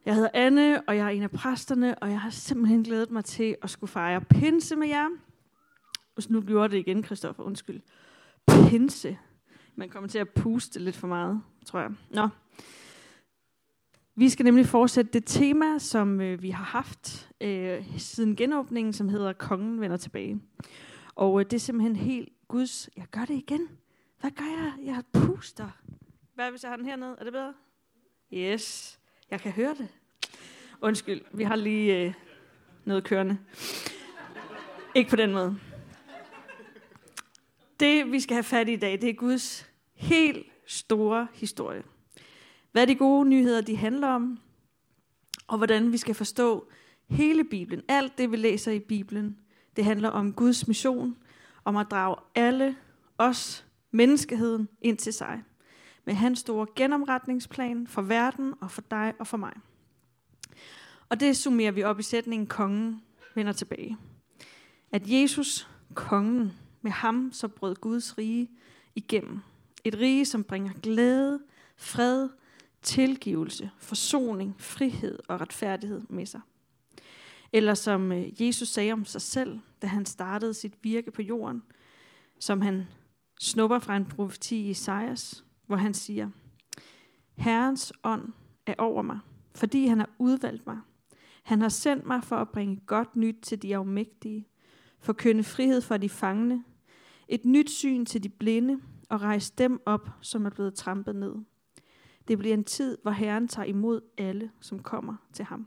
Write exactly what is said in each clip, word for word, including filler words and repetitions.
Jeg hedder Anne, og jeg er en af præsterne, og jeg har simpelthen glædet mig til at skulle fejre pinse med jer. Nu gjorde det igen, Christoffer, undskyld. Pinse. Man kommer til at puste lidt for meget, tror jeg. Nå. Vi skal nemlig fortsætte det tema, som øh, vi har haft øh, siden genåbningen, som hedder Kongen vender tilbage. Og øh, det er simpelthen helt Guds... Jeg gør det igen. Hvad gør jeg? Jeg puster. Hvad hvis jeg har den hernede? Er det bedre? Yes. Jeg kan høre det. Undskyld, vi har lige øh, noget kørende. Ikke på den måde. Det, vi skal have fat i i dag, det er Guds helt store historie. Hvad de gode nyheder, de handler om, og hvordan vi skal forstå hele Bibelen. Alt det, vi læser i Bibelen, det handler om Guds mission, om at drage alle os, menneskeheden, ind til sig. Med hans store genomretningsplan for verden og for dig og for mig. Og det summerer vi op i sætningen, kongen vender tilbage. At Jesus, kongen, med ham så brød Guds rige igennem. Et rige, som bringer glæde, fred, tilgivelse, forsoning, frihed og retfærdighed med sig. Eller som Jesus sagde om sig selv, da han startede sit virke på jorden, som han snupper fra en profeti i Esajas, hvor han siger, Herrens ånd er over mig, fordi han har udvalgt mig. Han har sendt mig for at bringe godt nyt til de afmægtige, forkynde frihed for de fangne, et nyt syn til de blinde og rejse dem op, som er blevet trampet ned. Det bliver en tid, hvor Herren tager imod alle, som kommer til ham.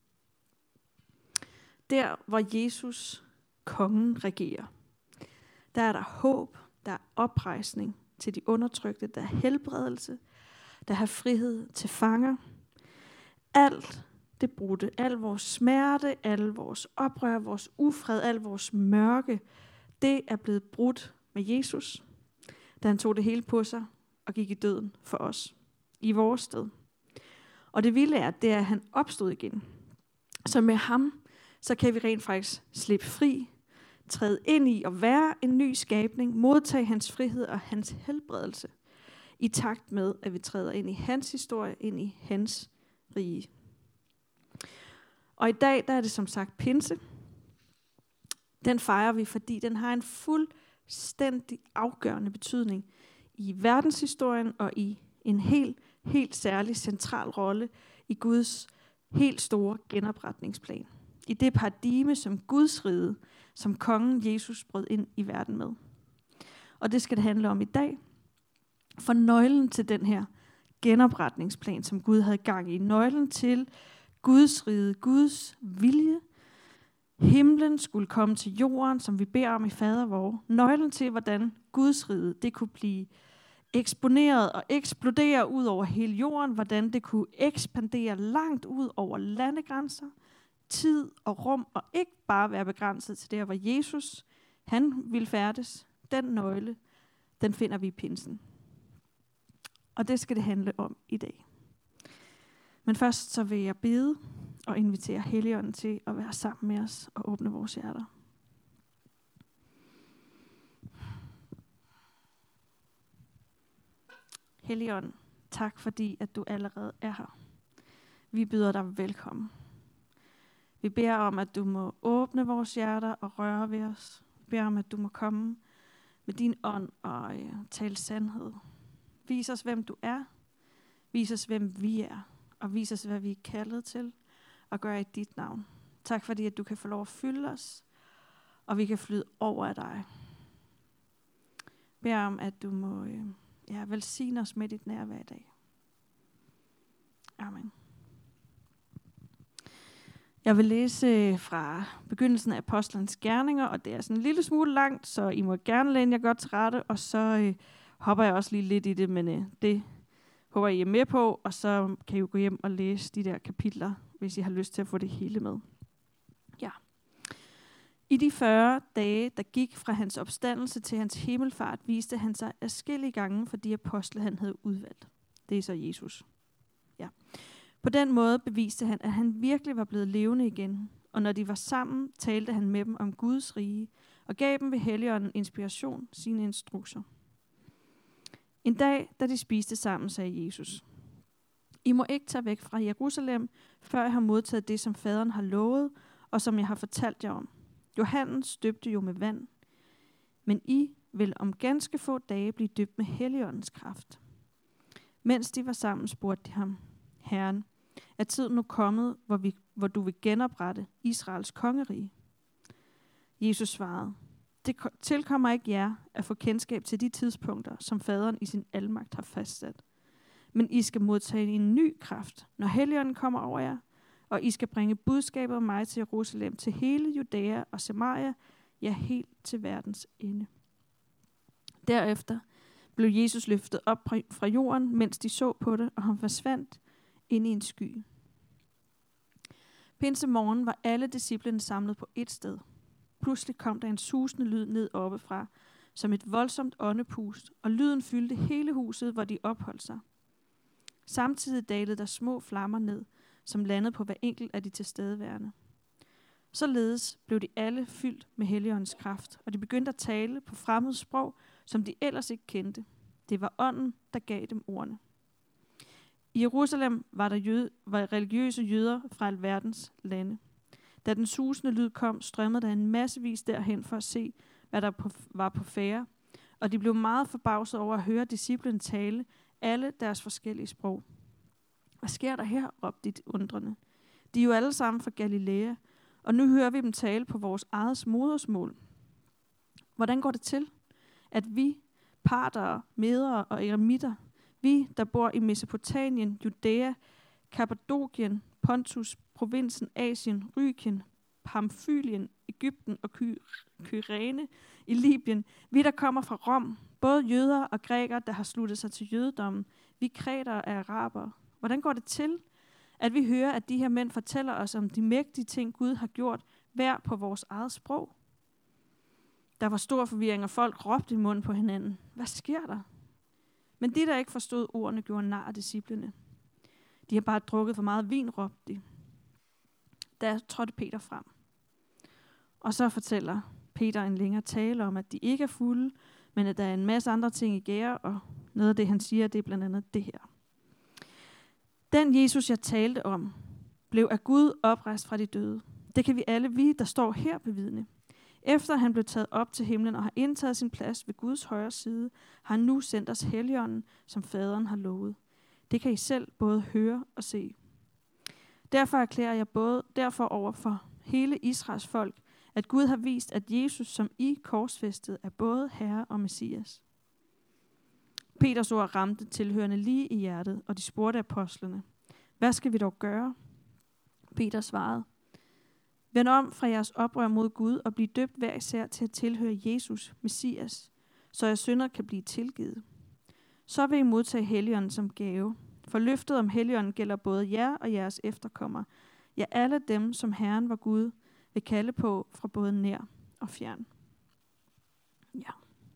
Der, hvor Jesus, kongen, regerer, der er der håb, der er oprejsning til de undertrykte, der er helbredelse, der er frihed til fanger. Alt det brudte, al vores smerte, al vores oprør, vores ufred, al vores mørke, det er blevet brudt med Jesus, da han tog det hele på sig og gik i døden for os, i vores sted. Og det vilde er, det er, at han opstod igen. Så med ham, så kan vi rent faktisk slippe fri, træde ind i og være en ny skabning, modtage hans frihed og hans helbredelse, i takt med, at vi træder ind i hans historie, ind i hans rige. Og i dag, der er det som sagt pinse. Den fejrer vi, fordi den har en fuldstændig afgørende betydning i verdenshistorien og i en helt, helt særlig central rolle i Guds helt store genopretningsplan. I det paradigme, som Guds rige, som kongen Jesus brød ind i verden med. Og det skal det handle om i dag. For nøglen til den her genopretningsplan, som Gud havde gang i, nøglen til Guds rige, Guds vilje, himlen skulle komme til jorden, som vi beder om i fader vor. Nøglen til, hvordan Guds rige, det kunne blive eksponeret og eksplodere ud over hele jorden, hvordan det kunne ekspandere langt ud over landegrænser, tid og rum, og ikke bare være begrænset til der, hvor Jesus, han ville færdes. Den nøgle, den finder vi i pinsen. Og det skal det handle om i dag. Men først så vil jeg bede og invitere Helligånden til at være sammen med os og åbne vores hjerter. Helligånd, tak fordi at du allerede er her. Vi byder dig velkommen. Vi beder om, at du må åbne vores hjerter og røre ved os. Vi beder om, at du må komme med din ånd og øh, tale sandhed. Vis os, hvem du er. Vis os, hvem vi er. Og vis os, hvad vi er kaldet til at gøre i dit navn. Tak fordi, at du kan få lov at fylde os, og vi kan flyde over af dig. Jeg beder om, at du må øh, ja, velsigne os med dit nærvær i dag. Amen. Jeg vil læse fra begyndelsen af Apostlenes Gerninger, og det er sådan en lille smule langt, så I må gerne læne jer godt til rette, og så øh, hopper jeg også lige lidt i det, men øh, det håber I er med på, og så kan I jo gå hjem og læse de der kapitler, hvis I har lyst til at få det hele med. Ja. I de fyrre dage, der gik fra hans opstandelse til hans himmelfart, viste han sig adskillige gange for de apostle, han havde udvalgt. Det er så Jesus. Ja. På den måde beviste han, at han virkelig var blevet levende igen, og når de var sammen, talte han med dem om Guds rige, og gav dem ved Helligånden inspiration, sine instrukser. En dag, da de spiste sammen, sagde Jesus, I må ikke tage væk fra Jerusalem, før jeg har modtaget det, som faderen har lovet, og som jeg har fortalt jer om. Johannes døbte jo med vand, men I vil om ganske få dage blive døbt med Helligåndens kraft. Mens de var sammen, spurgte de ham, Herren, er tiden nu kommet, hvor, vi, hvor du vil genoprette Israels kongerige? Jesus svarede, det tilkommer ikke jer at få kendskab til de tidspunkter, som faderen i sin almagt har fastsat. Men I skal modtage en ny kraft, når Helligånden kommer over jer, og I skal bringe budskabet om mig til Jerusalem, til hele Judæa og Samaria, ja helt til verdens ende. Derefter blev Jesus løftet op fra jorden, mens de så på det, og han forsvandt ind i en sky. Pinsemorgen var alle disciplene samlet på et sted. Pludselig kom der en susende lyd ned oppefra, som et voldsomt åndepust, og lyden fyldte hele huset, hvor de opholdt sig. Samtidig dalede der små flammer ned, som landede på hver enkelt af de tilstedeværende. Således blev de alle fyldt med Helligåndens kraft, og de begyndte at tale på fremmede sprog, som de ellers ikke kendte. Det var ånden, der gav dem ordene. I Jerusalem var der jøde, var religiøse jøder fra alverdens lande. Da den susende lyd kom, strømmede der en massevis derhen for at se, hvad der på, var på færde, og de blev meget forbavset over at høre disciplen tale alle deres forskellige sprog. Hvad sker der her, råbte de undrende. De er jo alle sammen fra Galilea, og nu hører vi dem tale på vores eget modersmål. Hvordan går det til, at vi, partere, medere og eremitter, vi, der bor i Mesopotamien, Judæa, Kappadokien, Pontus, provinsen Asien, Rykien, Pamfylien, Egypten og Ky- Kyrene i Libyen, vi, der kommer fra Rom, både jøder og grækere, der har sluttet sig til jødedommen, vi kretere er arabere. Hvordan går det til, at vi hører, at de her mænd fortæller os om de mægtige ting, Gud har gjort, hver på vores eget sprog? Der var stor forvirring, og folk råbte i munden på hinanden. Hvad sker der? Men de, der ikke forstod ordene, gjorde nar af disciplene. De har bare drukket for meget vin, råbte de. Der trådte Peter frem. Og så fortæller Peter en længere tale om, at de ikke er fulde, men at der er en masse andre ting i gære, og noget af det, han siger, det er blandt andet det her. Den Jesus, jeg talte om, blev af Gud oprejst fra de døde. Det kan vi alle vi, der står her, bevidne. Efter han blev taget op til himlen og har indtaget sin plads ved Guds højre side, har han nu sendt os Helligånden, som faderen har lovet. Det kan I selv både høre og se. Derfor erklærer jeg både derfor over for hele Israels folk, at Gud har vist, at Jesus, som I korsfæstede, er både Herre og Messias. Peters ord ramte tilhørende lige i hjertet, og de spurgte apostlene, hvad skal vi dog gøre? Peter svarede, vend om fra jeres oprør mod Gud og bliv døbt hver især til at tilhøre Jesus, Messias, så jeres synder kan blive tilgivet. Så vil I modtage Helligånden som gave, for løftet om Helligånden gælder både jer og jeres efterkommere, ja alle dem, som Herren vor Gud vil kalde på fra både nær og fjern. Ja.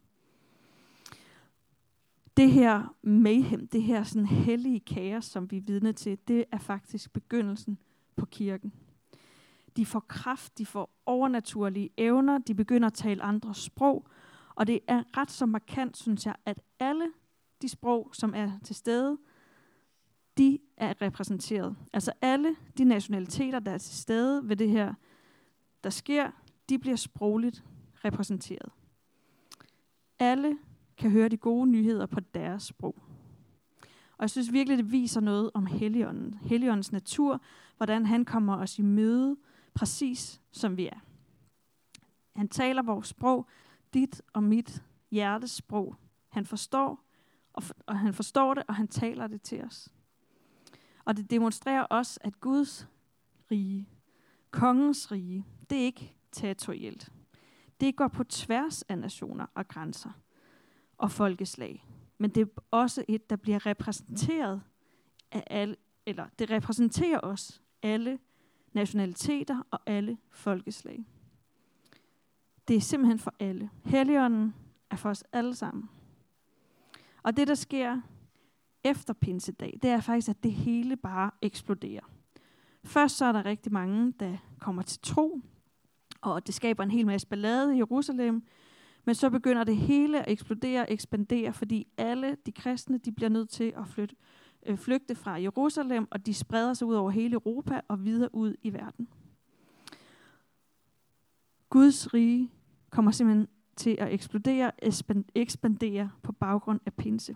Det her mayhem, det her sådan hellige kaos, som vi er vidne til, det er faktisk begyndelsen på kirken. De får kraft, de får overnaturlige evner, de begynder at tale andre sprog, og det er ret så markant, synes jeg, at alle de sprog, som er til stede, de er repræsenteret. Altså alle de nationaliteter, der er til stede ved det her, der sker, de bliver sprogligt repræsenteret. Alle kan høre de gode nyheder på deres sprog. Og jeg synes virkelig, det viser noget om Helligånden. Helligåndens natur, hvordan han kommer os i møde, præcis som vi er. Han taler vores sprog, dit og mit hjertes sprog. Han forstår, og, for, og han forstår det, og han taler det til os. Og det demonstrerer også, at Guds rige, kongens rige, det er ikke territorielt. Det går på tværs af nationer og grænser og folkeslag. Men det er også et, der bliver repræsenteret af alle, eller det repræsenterer os alle nationaliteter og alle folkeslag. Det er simpelthen for alle. Helligånden er for os alle sammen. Og det, der sker efter pinsedag, det er faktisk, at det hele bare eksploderer. Først så er der rigtig mange, der kommer til tro, og det skaber en hel masse ballade i Jerusalem, men så begynder det hele at eksplodere og ekspandere, fordi alle de kristne, de bliver nødt til at flytte øh, flygte fra Jerusalem, og de spreder sig ud over hele Europa og videre ud i verden. Guds rige kommer simpelthen til at eksplodere, ekspandere på baggrund af pinse.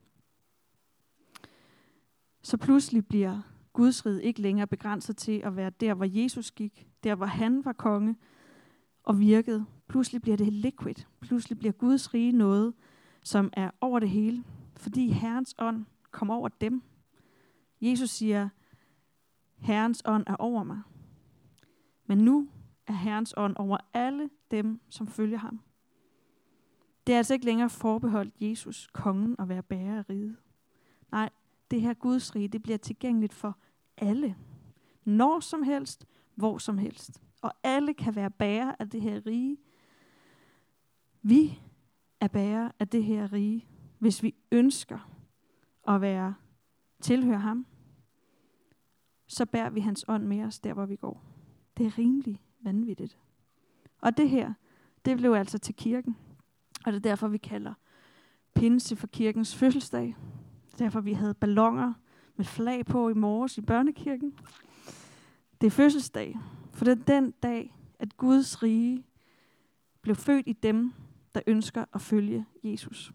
Så pludselig bliver Guds rige ikke længere begrænset til at være der, hvor Jesus gik, der hvor han var konge og virkede. Pludselig bliver det liquid. Pludselig bliver Guds rige noget, som er over det hele, fordi Herrens ånd kom over dem. Jesus siger, Herrens ånd er over mig. Men nu er Herrens ånd over alle dem, som følger ham. Det er altså ikke længere forbeholdt Jesus, kongen, at være bærer af riget. Nej, det her Guds rige, det bliver tilgængeligt for alle. Når som helst, hvor som helst. Og alle kan være bærer af det her rige. Vi er bærer af det her rige, hvis vi ønsker at være tilhøre ham. Så bærer vi hans ånd med os der, hvor vi går. Det er rimelig vanvittigt. Og det her, det blev altså til kirken. Og det er derfor, vi kalder pinse for kirkens fødselsdag. Det er derfor, vi havde balloner med flag på i morges i børnekirken. Det er fødselsdag, for det er den dag, at Guds rige blev født i dem, der ønsker at følge Jesus.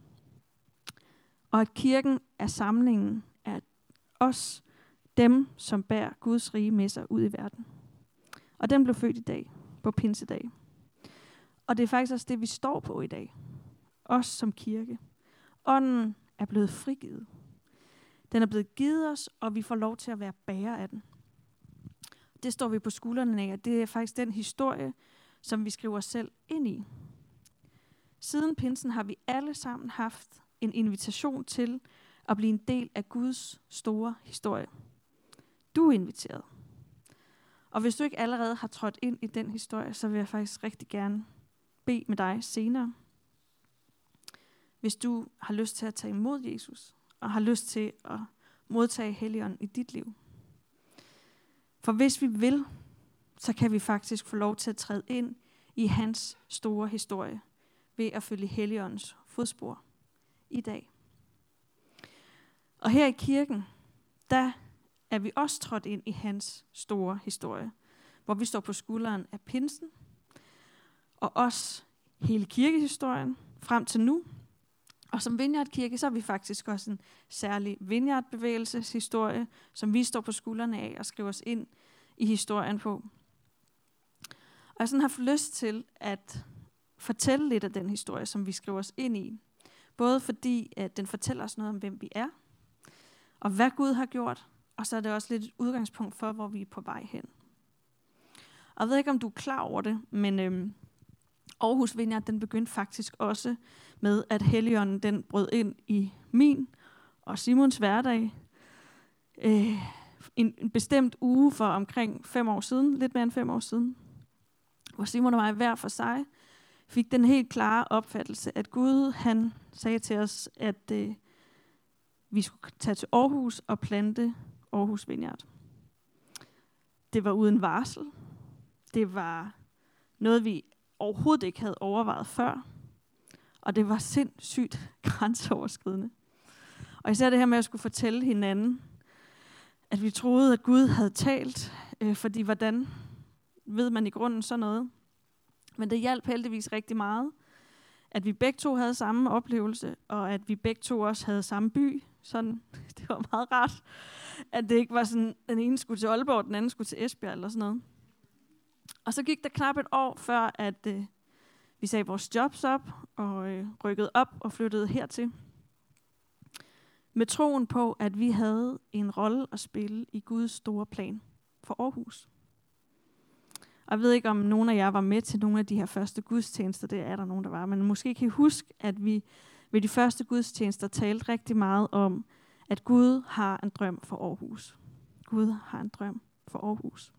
Og at kirken er samlingen af os, dem, som bærer Guds rige med sig ud i verden. Og den blev født i dag, på pinsedag. Og det er faktisk også det, vi står på i dag. Os som kirke. Ånden er blevet frigivet. Den er blevet givet os, og vi får lov til at være bærer af den. Det står vi på skuldrene af, og det er faktisk den historie, som vi skriver os selv ind i. Siden pinsen har vi alle sammen haft en invitation til at blive en del af Guds store historie. Du er inviteret. Og hvis du ikke allerede har trådt ind i den historie, så vil jeg faktisk rigtig gerne bede med dig senere. Hvis du har lyst til at tage imod Jesus, og har lyst til at modtage Helligånden i dit liv. For hvis vi vil, så kan vi faktisk få lov til at træde ind i hans store historie, ved at følge Helligåndens fodspor i dag. Og her i kirken, der er vi også trådt ind i hans store historie, hvor vi står på skulderen af pinsen, og også hele kirkehistorien frem til nu. Og som Vineyard-kirke, så er vi faktisk også en særlig Vineyard-bevægelseshistorie, som vi står på skuldrene af og skriver os ind i historien på. Og jeg sådan har fået lyst til at fortælle lidt af den historie, som vi skriver os ind i. Både fordi, at den fortæller os noget om, hvem vi er, og hvad Gud har gjort, og så er det også lidt et udgangspunkt for, hvor vi er på vej hen. Og jeg ved ikke, om du er klar over det, men øhm, Aarhus Vineyard, den begyndte faktisk også med, at Helligånden den brød ind i min og Simons hverdag. Øh, en, en bestemt uge for omkring fem år siden, lidt mere end fem år siden, hvor Simon og mig hver for sig fik den helt klare opfattelse, at Gud han sagde til os, at øh, vi skulle tage til Aarhus og plante Aarhus Vineyard. Det var uden varsel. Det var noget, vi overhovedet ikke havde overvejet før. Og det var sindssygt grænseoverskridende. Og især det her med at skulle fortælle hinanden, at vi troede, at Gud havde talt, øh, fordi hvordan ved man i grunden sådan noget? Men det hjalp heldigvis rigtig meget, at vi begge to havde samme oplevelse, og at vi begge to også havde samme by. Sådan, det var meget rart, at det ikke var sådan, den ene skulle til Aalborg, den anden skulle til Esbjerg eller sådan noget. Og så gik der knap et år, før at øh, vi sagde vores jobs op, og øh, rykkede op og flyttede hertil. Med troen på, at vi havde en rolle at spille i Guds store plan for Aarhus. Og jeg ved ikke, om nogen af jer var med til nogle af de her første gudstjenester. Det er der nogen, der var. Men måske kan I huske, at vi ved de første gudstjenester talte rigtig meget om, at Gud har en drøm for Aarhus. Gud har en drøm for Aarhus.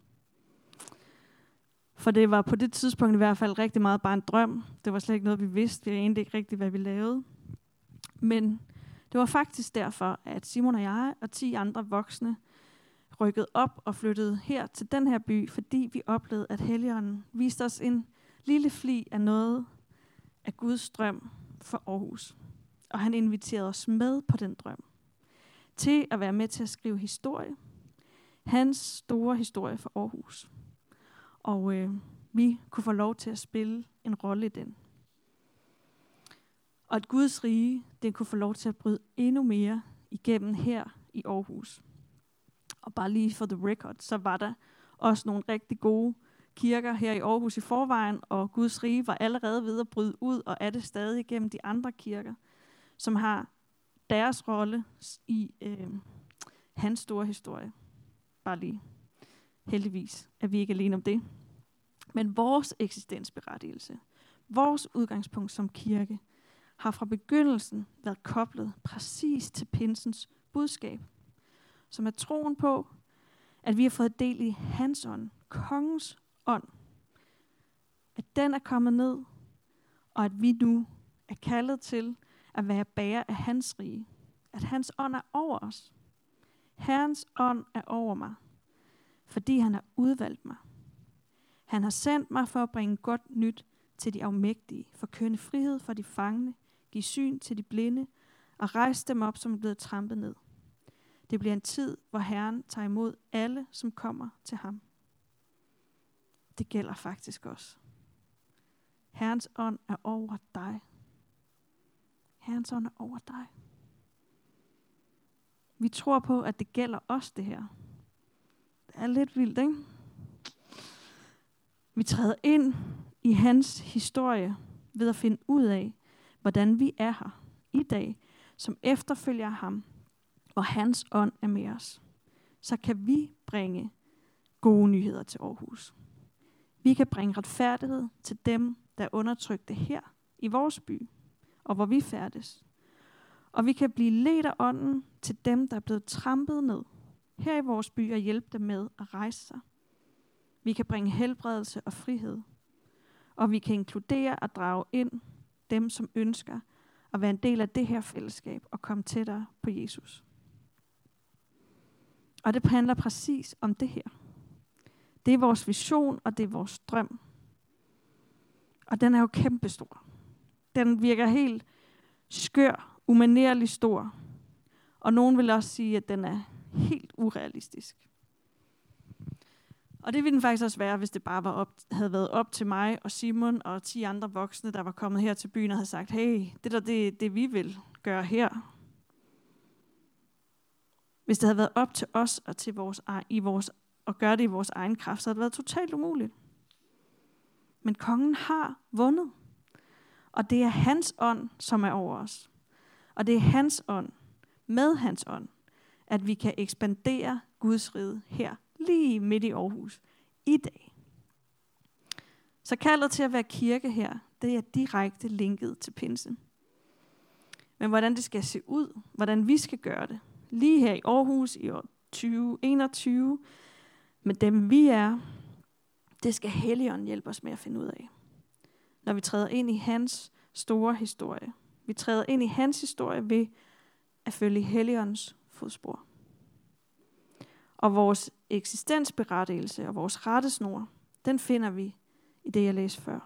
For det var på det tidspunkt i hvert fald rigtig meget bare en drøm. Det var slet ikke noget, vi vidste. Vi anede ikke rigtigt, hvad vi lavede. Men det var faktisk derfor, at Simon og jeg og ti andre voksne rykkede op og flyttede her til den her by, fordi vi oplevede, at Helligånden viste os en lille fli af noget af Guds drøm for Aarhus. Og han inviterede os med på den drøm. til at være med til at skrive historie. Hans store historie for Aarhus. Og øh, vi kunne få lov til at spille en rolle i den. Og at Guds rige, det kunne få lov til at bryde endnu mere igennem her i Aarhus. Og bare lige for the record, så var der også nogle rigtig gode kirker her i Aarhus i forvejen, og Guds rige var allerede ved at bryde ud, og er det stadig igennem de andre kirker, som har deres rolle i øh, hans store historie. Bare lige. Heldigvis er vi ikke alene om det. Men vores eksistensberettigelse, vores udgangspunkt som kirke, har fra begyndelsen været koblet præcis til pinsens budskab, som er troen på, at vi har fået del i hans ånd, kongens ånd. At den er kommet ned, og at vi nu er kaldet til at være bærer af hans rige. At hans ånd er over os. Herrens ånd er over mig, fordi han har udvalgt mig. Han har sendt mig for at bringe godt nyt til de afmægtige, forkynde frihed for de fangne, give syn til de blinde og rejse dem op, som er blevet trampet ned. Det bliver en tid, hvor Herren tager imod alle, som kommer til ham. Det gælder faktisk også. Herrens ånd er over dig. Herrens ånd er over dig. Vi tror på, at det gælder os, det her. Det er lidt vildt, ikke? Vi træder ind i hans historie ved at finde ud af, hvordan vi er her i dag, som efterfølger ham, og hans ånd er med os. Så kan vi bringe gode nyheder til Aarhus. Vi kan bringe retfærdighed til dem, der er undertrykte her i vores by, og hvor vi færdes. Og vi kan blive ledt af ånden til dem, der er blevet trampet ned her i vores by, og hjælpe dem med at rejse sig. Vi kan bringe helbredelse og frihed. Og vi kan inkludere og drage ind dem, som ønsker at være en del af det her fællesskab og komme tættere på Jesus. Og det handler præcis om det her. Det er vores vision, og det er vores drøm. Og den er jo kæmpestor. Den virker helt skør, umanerlig stor. Og nogen vil også sige, at den er helt urealistisk. Og det ville den faktisk også være, hvis det bare var op, havde været op til mig og Simon og ti andre voksne, der var kommet her til byen og havde sagt, hey, det der det, det vi vil gøre her. Hvis det havde været op til os og til vores, i vores, at gøre det i vores egen kraft, så havde det været totalt umuligt. Men kongen har vundet. Og det er hans ånd, som er over os. Og det er hans ånd, med hans ånd, at vi kan ekspandere Guds rige her, lige midt i Aarhus, i dag. Så kaldet til at være kirke her, det er direkte linket til pinse. Men hvordan det skal se ud, hvordan vi skal gøre det, lige her i Aarhus i år tyve enogtyve, med dem vi er, det skal Helligånden hjælpe os med at finde ud af. Når vi træder ind i hans store historie. Vi træder ind i hans historie ved at følge Helligåndens fodspor. Og vores eksistensberettigelse og vores rettesnor, den finder vi i det, jeg læste før.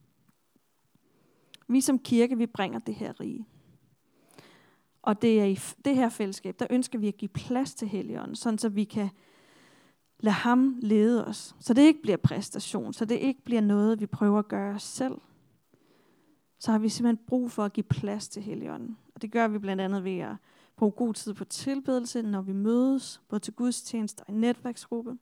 Vi som kirke, vi bringer det her rige. Og det er i det her fællesskab, der ønsker vi at give plads til Helligånden, sådan så vi kan lade ham lede os. Så det ikke bliver præstation, så det ikke bliver noget, vi prøver at gøre os selv. Så har vi simpelthen brug for at give plads til Helligånden. Og det gør vi blandt andet ved at bruge god tid på tilbedelse, når vi mødes, både til gudstjenester og i netværksgruppe.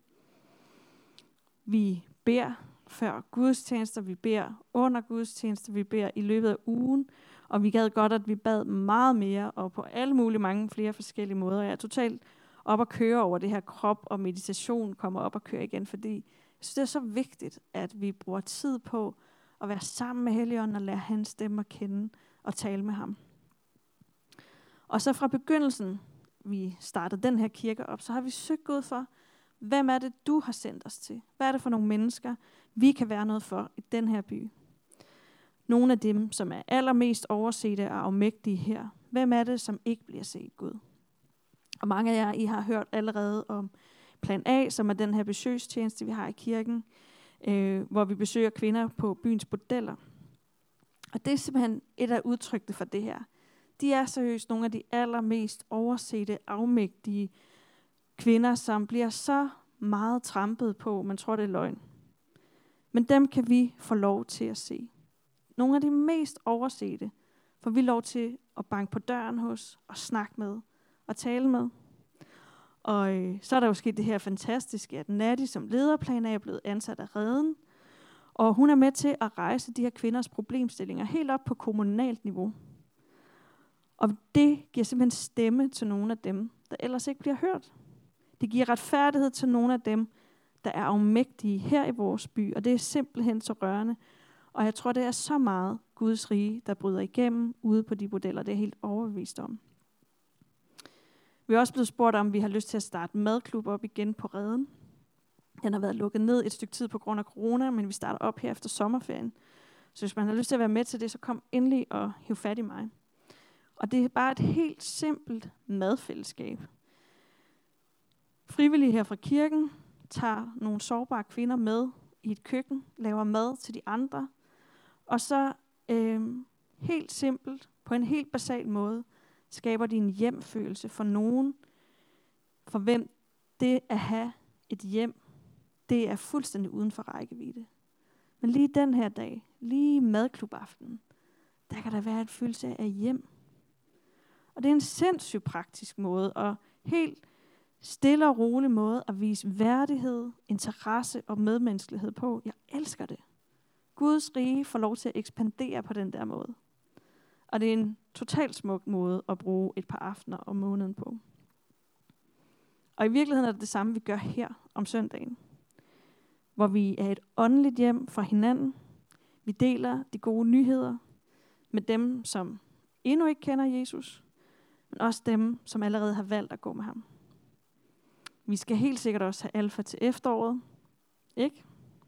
Vi beder før gudstjenester, vi beder under gudstjenester, vi beder i løbet af ugen, og vi gad godt, at vi bad meget mere, og på alle mulige mange flere forskellige måder. Jeg er totalt op at køre over det her krop, og meditation kommer op at køre igen, fordi jeg synes, det er så vigtigt, at vi bruger tid på at være sammen med Helligånden og lære hans stemme at kende og tale med ham. Og så fra begyndelsen, vi startede den her kirke op, så har vi søgt Gud for, hvem er det, du har sendt os til? Hvad er det for nogle mennesker, vi kan være noget for i den her by? Nogle af dem, som er allermest oversete og afmægtige her. Hvem er det, som ikke bliver set, Gud? Og mange af jer, I har hørt allerede om Plan A, som er den her besøgstjeneste, vi har i kirken, øh, hvor vi besøger kvinder på byens bordeller. Og det er simpelthen et af udtrykkene for det her. De er seriøst nogle af de allermest oversete, afmægtige kvinder, som bliver så meget trampet på, man tror det er løgn. Men dem kan vi få lov til at se. Nogle af de mest oversete får vi lov til at banke på døren hos, og snakke med, og tale med. Og øh, så er der jo sket det her fantastiske, at Natty som lederplan er blevet ansat af Reden, og hun er med til at rejse de her kvinders problemstillinger helt op på kommunalt niveau. Og det giver simpelthen stemme til nogle af dem, der ellers ikke bliver hørt. Det giver retfærdighed til nogle af dem, der er afmægtige her i vores by, og det er simpelthen så rørende. Og jeg tror, det er så meget Guds rige, der bryder igennem ude på de modeller. Det er jeg helt overbevist om. Vi er også blevet spurgt om, vi har lyst til at starte madklub op igen på Reden. Den har været lukket ned et stykke tid på grund af corona, men vi starter op her efter sommerferien. Så hvis man har lyst til at være med til det, så kom endelig og hiv fat i mig. Og det er bare et helt simpelt madfællesskab. Frivillige her fra kirken tager nogle sårbare kvinder med i et køkken, laver mad til de andre, og så øh, helt simpelt, på en helt basal måde, skaber de en hjemfølelse for nogen, for hvem det at have et hjem, det er fuldstændig uden for rækkevidde. Men lige den her dag, lige madklubaften, der kan der være et følelse af hjem. Og det er en sindssygt praktisk måde, og helt stille og rolig måde at vise værdighed, interesse og medmenneskelighed på. Jeg elsker det. Guds rige får lov til at ekspandere på den der måde. Og det er en totalt smuk måde at bruge et par aftener om måneden på. Og i virkeligheden er det det samme, vi gør her om søndagen. Hvor vi er et åndeligt hjem for hinanden. Vi deler de gode nyheder med dem, som endnu ikke kender Jesus, men også dem, som allerede har valgt at gå med ham. Vi skal helt sikkert også have alfa til efteråret. Ikke?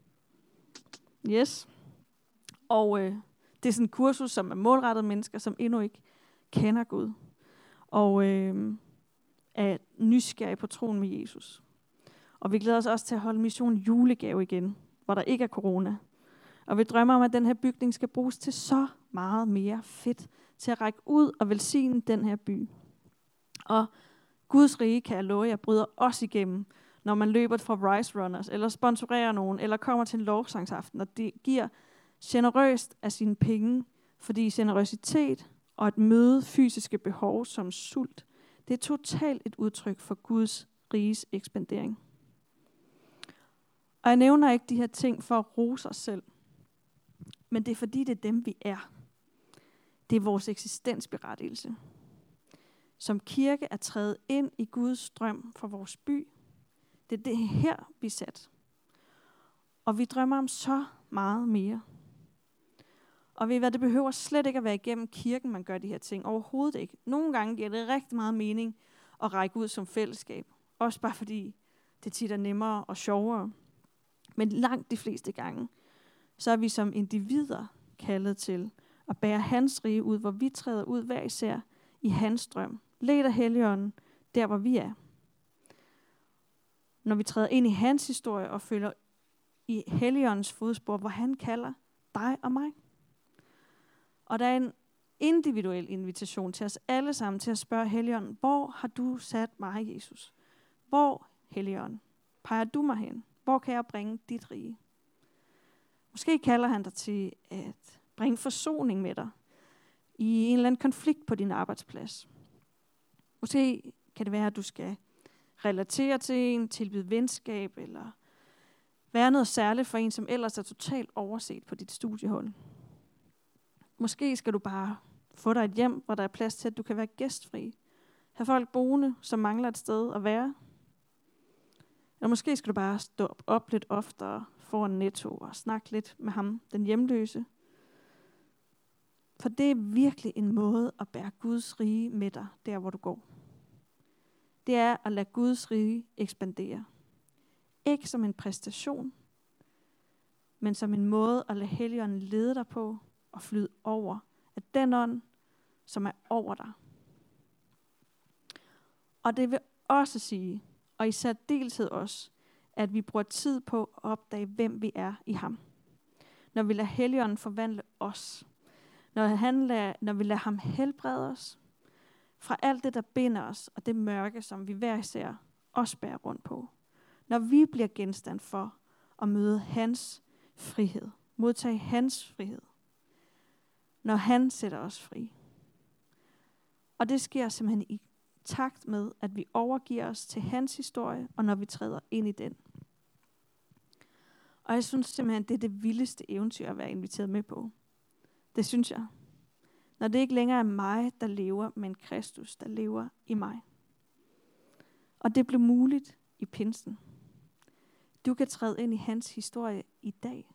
Yes. Og øh, det er sådan en kursus, som er målrettet mennesker, som endnu ikke kender Gud. Og øh, er nysgerrige på troen med Jesus. Og vi glæder os også til at holde mission julegave igen, hvor der ikke er corona. Og vi drømmer om, at den her bygning skal bruges til så meget mere fedt, til at række ud og velsigne den her by. Og Guds rige, kan jeg love jer, bryder også igennem, når man løber fra Rise Runners, eller sponsorerer nogen, eller kommer til en lovsangsaften, og det giver generøst af sine penge, fordi generøsitet og at møde fysiske behov som sult, det er totalt et udtryk for Guds riges ekspandering. Og jeg nævner ikke de her ting for at rose os selv, men det er fordi, det er dem, vi er. Det er vores eksistensberettigelse. Som kirke er trædet ind i Guds drøm for vores by. Det er det her, vi er sat. Og vi drømmer om så meget mere. Og ved I hvad, det behøver slet ikke at være igennem kirken, man gør de her ting. Overhovedet ikke. Nogle gange giver det rigtig meget mening at række ud som fællesskab. Også bare fordi det tit er nemmere og sjovere. Men langt de fleste gange, så er vi som individer kaldet til at bære hans rige ud, hvor vi træder ud hver især i hans drøm. Led af Helligånden, der hvor vi er. Når vi træder ind i hans historie og følger i Helligåndens fodspor, hvor han kalder dig og mig. Og der er en individuel invitation til os alle sammen til at spørge Helligånden, hvor har du sat mig, Jesus? Hvor, Helligånden, peger du mig hen? Hvor kan jeg bringe dit rige? Måske kalder han dig til at bringe forsoning med dig i en eller anden konflikt på din arbejdsplads. Måske kan det være, at du skal relatere til en, tilbyde venskab, eller være noget særligt for en, som ellers er totalt overset på dit studiehold. Måske skal du bare få dig et hjem, hvor der er plads til, at du kan være gæstfri. Have folk boende, som mangler et sted at være. Eller måske skal du bare stå op lidt oftere foran Netto og snakke lidt med ham, den hjemløse. For det er virkelig en måde at bære Guds rige med dig, der hvor du går. Det er at lade Guds rige ekspandere. Ikke som en præstation, men som en måde at lade Helligånden lede dig på og flyde over af den ånd, som er over dig. Og det vil også sige, og i særdeleshed også, at vi bruger tid på at opdage, hvem vi er i ham. Når vi lader Helligånden forvandle os. Når, han lader, når vi lader ham helbrede os. fra alt det, der binder os, og det mørke, som vi hver især også bærer rundt på. Når vi bliver genstand for at møde hans frihed, modtage hans frihed, når han sætter os fri. Og det sker simpelthen i takt med, at vi overgiver os til hans historie, og når vi træder ind i den. Og jeg synes simpelthen, det er det vildeste eventyr at være inviteret med på. Det synes jeg. Når det ikke længere er mig, der lever, men Kristus, der lever i mig. Og det blev muligt i pinsen. Du kan træde ind i hans historie i dag.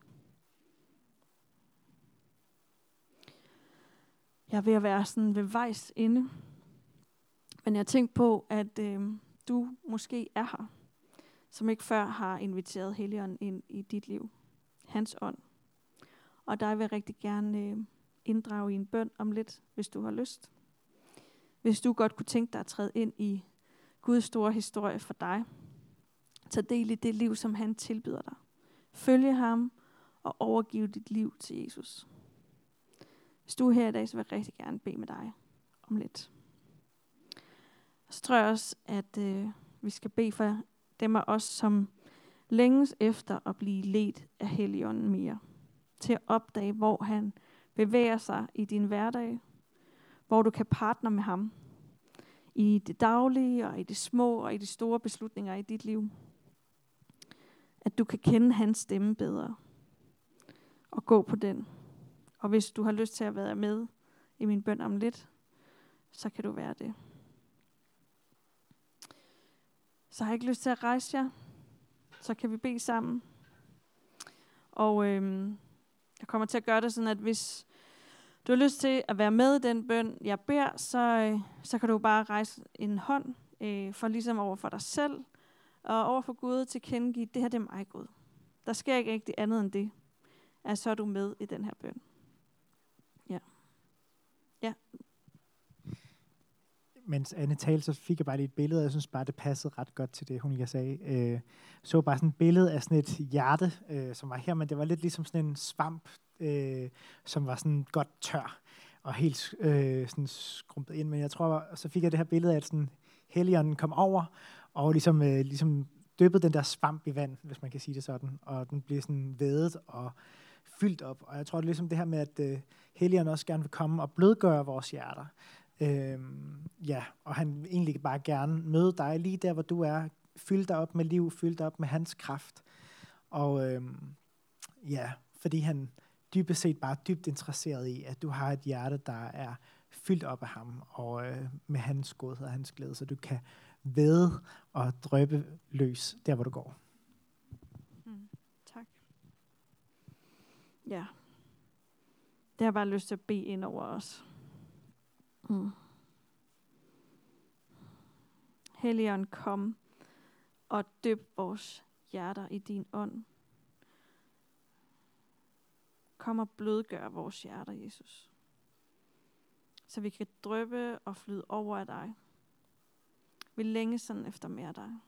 Jeg er ved at være sådan ved vejs ende. Men jeg tænkte på, at øh, du måske er her, som ikke før har inviteret Helligånden ind i dit liv. Hans ånd. Og der vil jeg rigtig gerne øh, inddrage i en bøn om lidt, hvis du har lyst. Hvis du godt kunne tænke dig at træde ind i Guds store historie for dig. Tag del i det liv, som han tilbyder dig. Følge ham og overgive dit liv til Jesus. Hvis du er her i dag, så vil jeg rigtig gerne bede med dig om lidt. Og så tror jeg også, at øh, vi skal bede for dem af os, som længes efter at blive ledt af Helligånden mere. Til at opdage, hvor han bevæger sig i din hverdag. Hvor du kan partner med ham. I det daglige og i det små og i de store beslutninger i dit liv. At du kan kende hans stemme bedre. Og gå på den. Og hvis du har lyst til at være med i min bøn om lidt, så kan du være det. Så har jeg ikke lyst til at rejse jer, så kan vi bede sammen. Og øhm, jeg kommer til at gøre det sådan, at hvis du har lyst til at være med i den bøn, jeg beder, så, øh, så kan du bare rejse en hånd øh, for ligesom over for dig selv, og over for Gud til kendegive, det her det er mig, Gud. Der sker ikke rigtig andet end det, at så er du med i den her bøn. Ja. Ja. Mens Anne talte, så fik jeg bare lige et billede, og jeg synes bare, det passede ret godt til det, hun lige sagde. Øh, så bare sådan et billede af sådan et hjerte, øh, som var her, men det var lidt ligesom sådan en svamp, øh, som var sådan godt tør, og helt øh, sådan skrumpet ind. Men jeg tror, så fik jeg det her billede af, at sådan Helligånden kom over, og ligesom, øh, ligesom dyppede den der svamp i vand, hvis man kan sige det sådan, og den blev sådan vædet og fyldt op. Og jeg tror, det er ligesom det her med, at øh, Helligånden også gerne vil komme og blødgøre vores hjerter. Øhm, ja, og han vil egentlig bare gerne møde dig lige der, hvor du er. Fyld dig op med liv, fyld dig op med hans kraft. Og øhm, ja, fordi han dybest set bare er dybt interesseret i, at du har et hjerte, der er fyldt op af ham, og øh, med hans godhed og hans glæde, så du kan væde og drøbe løs der, hvor du går. Mm, tak. Ja. Det har jeg bare lyst til at bede ind over os. Mm. Helligånd, kom og døb vores hjerter i din ånd. Kom og blødgør vores hjerter, Jesus. Så vi kan dryppe og flyde over af dig. Vi længes sådan efter mere af dig.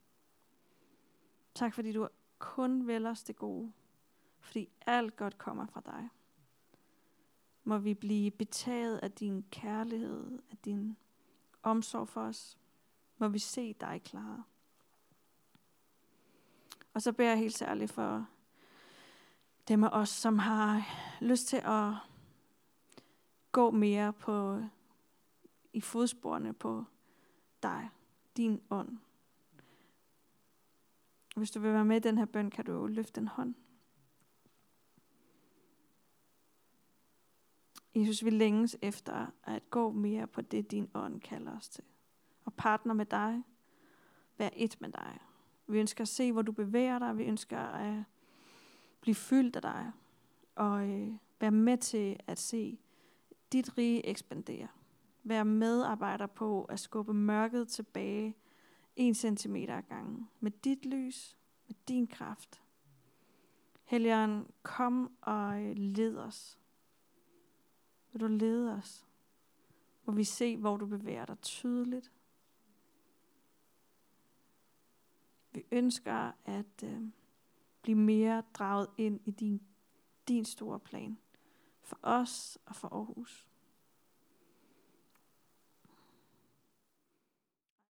Tak fordi du kun vil os det gode. Fordi alt godt kommer fra dig. Må vi blive betaget af din kærlighed, af din omsorg for os. Må vi se dig klare. Og så beder jeg helt særligt for dem af os, som har lyst til at gå mere på, i fodsporene på dig, din ånd. Hvis du vil være med i den her bøn, kan du løfte en hånd. Jesus, vi længes efter at gå mere på det, din ånd kalder os til. Og partner med dig. Vær et med dig. Vi ønsker at se, hvor du bevæger dig. Vi ønsker at blive fyldt af dig. Og øh, være med til at se dit rige ekspandere. Vær medarbejder på at skubbe mørket tilbage en centimeter ad gangen. Med dit lys, med din kraft. Helligånd, kom og øh, led os. Vil du lede os? Må vi se, hvor du bevæger dig tydeligt. Vi ønsker at øh, blive mere draget ind i din, din store plan. For os og for Aarhus.